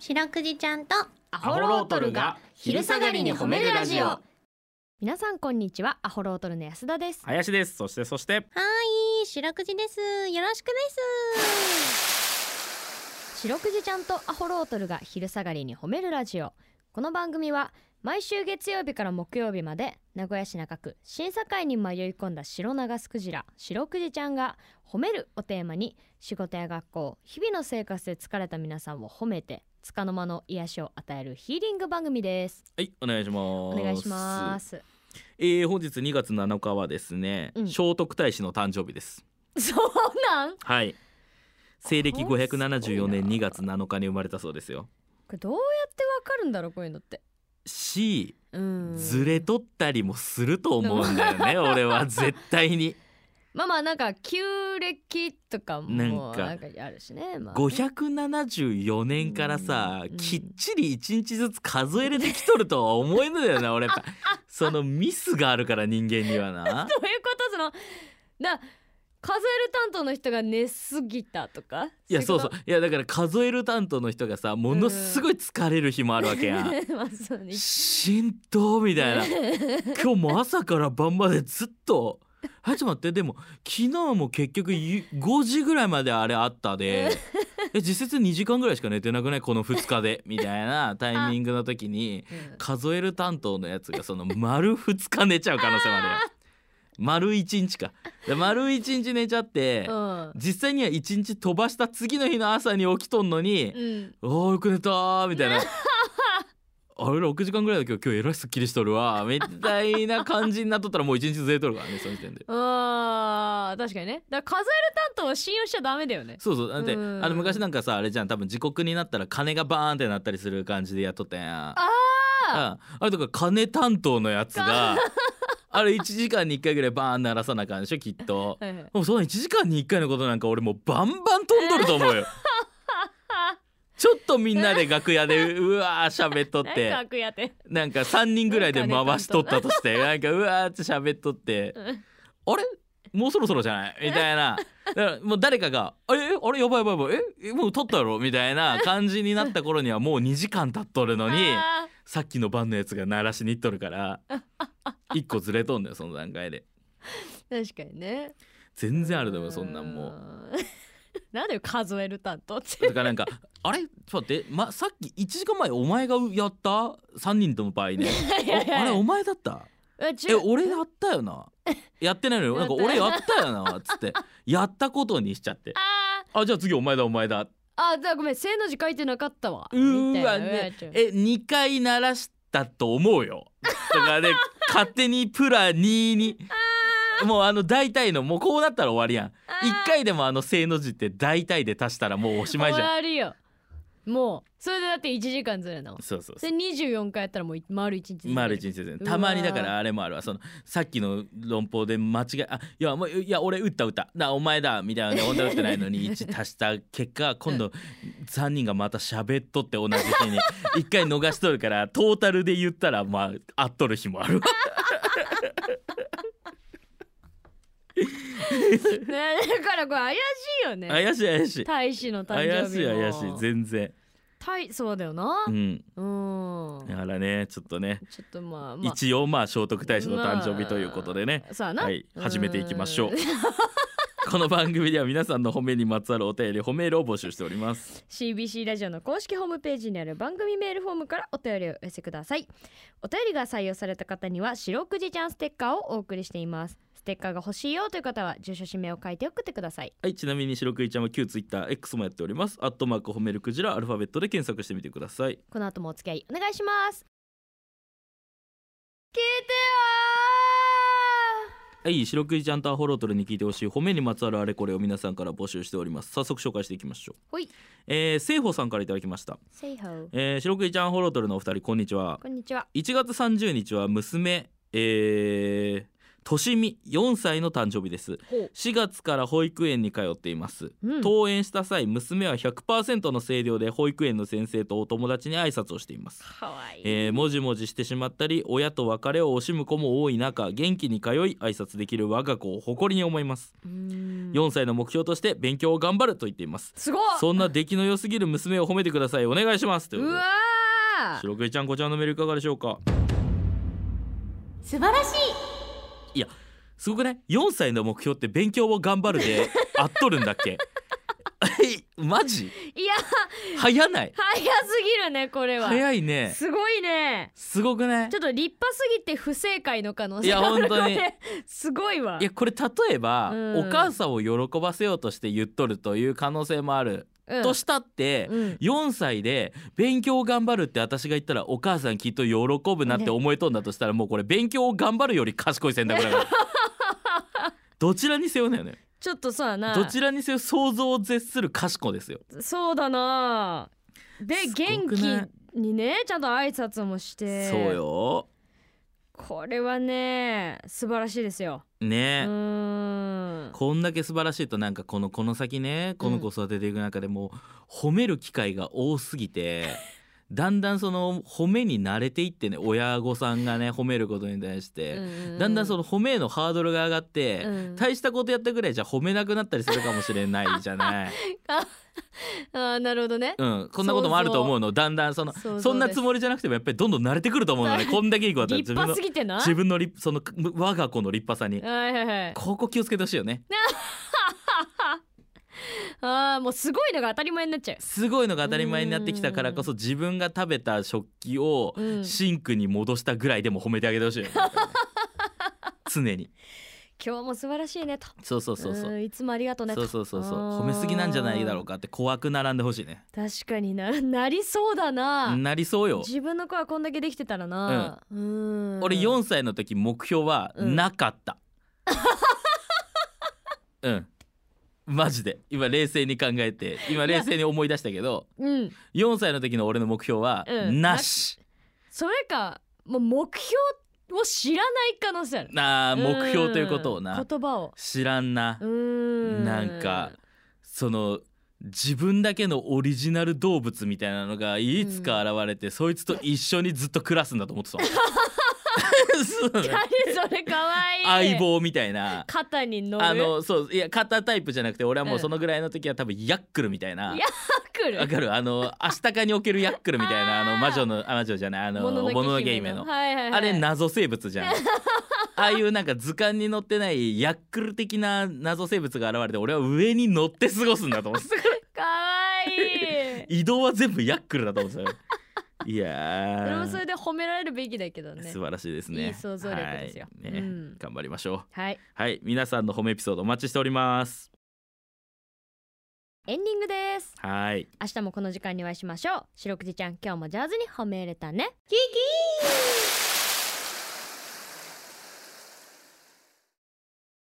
白くじちゃんとアホロートルが昼下がりに褒めるラジオ。 皆さんこんにちは。アホロートルの安田です。 林です。そしてはい、白くじです。よろしくです。 白くじちゃんとアホロートルが昼下がりに褒めるラジオ。この番組は毎週月曜日から木曜日まで名古屋市中区審査会に迷い込んだ白長スクジラ白くじちゃんが褒めるをテーマに仕事や学校日々の生活で疲れた皆さんを褒めて束の間の癒しを与えるヒーリング番組です。 はい、お願いします。 お願いします。 本日2月7日はですね、聖徳太子の誕生日です。 そうなん？ はい、西暦574年2月7日に生まれたそうですよ。 これどうやってわかるんだろう、こういうのってずれとったりもすると思うんだよね俺は絶対にまあなんか旧暦とかもなんかあるしね、 574年からさ、きっちり1日ずつ数えれてきとるとは思えんのだよな俺やっぱそのミスがあるから人間にはなどういうこと？数える担当の人が寝すぎたとか？ いやそうだから数える担当の人がさものすごい疲れる日もあるわけやんしんどみたいな今日も朝から晩までずっとちょっと待って、でも昨日も結局5時ぐらいまであれあったで実質2時間ぐらいしか寝てなくないこの2日でみたいなタイミングの時に数える担当のやつがその丸2日寝ちゃう可能性もあるやん丸1日か丸1日寝ちゃって、実際には1日飛ばした次の日の朝に起きとんのに、よく寝たみたいなあれ6時間ぐらいだけど今日えらいすっきりしとるわみたいな感じになっとったらもう1日ずれとるからねその時点で。 確かにね。だから数える担当は信用しちゃダメだよね。 そうだって昔なんかさあれじゃん、多分時刻になったら鐘がバーンってなったりする感じでやっとったやん。あれとか鐘担当のやつがあれ1時間に1回ぐらいバーン鳴らさなあかんでしょきっともうその1時間に1回のことなんか俺もうバンバン飛んどると思うよちょっとみんなで楽屋でうわー喋っとって楽屋でなんか3人ぐらいで回しとったとしてなんかうわーって喋っとってあれもうそろそろじゃないみたいなだからもう誰かがあれやばいもう撮ったやろみたいな感じになった頃にはもう2時間経っとるのにさっきの晩のやつが鳴らしに行っとるから1個ずれとんだよその段階で。 確かにね。 全然あるだろそんなんもうなんで数える担当ってだからなんかあれちょっと待って、さっき1時間前お前がやった3人との場合ねあれお前だった俺やったよなやってないのよなんか俺やったよなつってやったことにしちゃってじゃあ次お前だじゃあごめん正の字書いてなかったわみたいな2回鳴らしたと思うよだからね勝手にプラ2にもう大体のもうこうなったら終わりやん。1回でも正の字って大体で足したらもうおしまいじゃん。 終わりよもうそれでだって1時間ずれなの。 そうそれ24回やったらもう丸1日丸1日ですね。たまにだからあれもあるわそのさっきの論法で間違いいや俺打ったお前だみたいなね本当は打ってないのに1足した結果今度3人がまた喋っとって同じ日に1回逃しとるからトータルで言ったら合っとる日もあるわだからこれ怪しいよね。 怪しい大使の誕生日も怪しい全然そうだよな。 だからねちょっとねちょっと一応聖徳太子の誕生日ということでね、始めていきましょうこの番組では皆さんの褒めにまつわるお便り褒めールを募集しております。 CBC ラジオの公式ホームページにある番組メールフォームからお便りをお寄せください。お便りが採用された方には白くじちゃんステッカーをお送りしています。ステッカーが欲しいよという方は住所氏名を書いて送ってください。 はい、ちなみに白くじちゃんは旧 TwitterX もやっております。褒めるクジラアルファベットで検索してみてください。 この後もお付き合いお願いします。聞いてよはい、白くじちゃんとアホロートルに聞いてほしい褒めにまつわるあれこれを皆さんから募集しております。早速紹介していきましょう。 ほい。 セイホさんからいただきました。 セイホ白くじちゃんアホロートルのお二人こんにちは。 こんにちは。 1月30日は娘としみ4歳の誕生日です。 ほう 4月から保育園に通っています。 うん登園した際、娘は 100% の声量で保育園の先生とお友達に挨拶をしています。 かわいい、 もじもじしてしまったり親と別れを惜しむ子も多い中、元気に通い挨拶できる我が子を誇りに思います。4歳の目標として勉強を頑張ると言っています。 すごっ。 そんな出来の良すぎる娘を褒めてください、お願いしますということで、 うわー、 白くいちゃんこちらのメールいかがでしょうか。 素晴らしい。 いやすごくね、4歳の目標って勉強を頑張るで合っとるんだっけマジいや早ない？ 早すぎるねこれは。 早いね。 すごいね。 すごくね。 ちょっと立派すぎて不正解の可能いや性ある。 本当にこれすごいわ。 いやこれ例えば、 うんお母さんを喜ばせようとして言っとるという可能性もある、 うんとしたって、 うん 4歳で勉強を頑張るって私が言ったらお母さんきっと喜ぶなって思えとんだとしたら、もうこれ勉強を頑張るより賢い選択だからどちらにせよだよね。 ちょっとそうやな。 どちらにせよ想像を絶する賢ですよ。 そうだな。ですご元気くないにねちゃんと挨拶もして。 そうよこれはね素晴らしいですよ。 ね、 ここんだけ素晴らしいとなんかこの先ねこの子育てていく中でも褒める機会が多すぎてだんだんその褒めに慣れていってね、親御さんがね褒めることに対して、だんだんその褒めのハードルが上がって、大したことやったぐらいじゃ褒めなくなったりするかもしれないじゃないあなるほどね。 こんなこともあると思うの。だんだんそんなつもりじゃなくてもやっぱりどんどん慣れてくると思うのねこんだけいい子だったら立派すぎてな。 自分のその我が子の立派さにはいはいはい。 ここ気をつけてほしいよね。 もうすごいのが当たり前になっちゃう。 すごいのが当たり前になってきたからこそ、自分が食べた食器をうんシンクに戻したぐらいでも褒めてあげてほしいよね常に。 今日も素晴らしいねと。 そういつもありがとうねと。 そう褒めすぎなんじゃないだろうかって怖く並んでほしいね。 確かになりそうだな。 なりそうよ。 自分の子はこんだけできてたらな。 俺4歳の時目標はなかった、マジで今冷静に考えて今冷静に思い出したけど、4歳の時の俺の目標はなし、 それかもう目標を知らない可能性ある。 目標ということをな言葉を知らんな。なんかその自分だけのオリジナル動物みたいなのがいつか現れて、そいつと一緒にずっと暮らすんだと思ってたそうね何それかわいい。 相棒みたいな。 肩に乗る。 そういや肩タイプじゃなくて、俺はもうそのぐらいの時は多分ヤックルみたいな、 ヤックルわかるアシタカにおけるヤックルみたいな魔女じゃないもののけ姫の、あれ謎生物じゃんああいうなんか図鑑に載ってないヤックル的な謎生物が現れて、俺は上に乗って過ごすんだと思ってかわいい。 移動は全部ヤックルだと思ってたよいやそれもそれで褒められるべきだけどね。 素晴らしいですね。 いい想像力ですよ。 はいね頑張りましょう。 はい皆さんの褒めエピソードお待ちしております。 エンディングです。 はい明日もこの時間にお会いしましょう。白くじちゃん今日も上手に褒めれたね。 キキー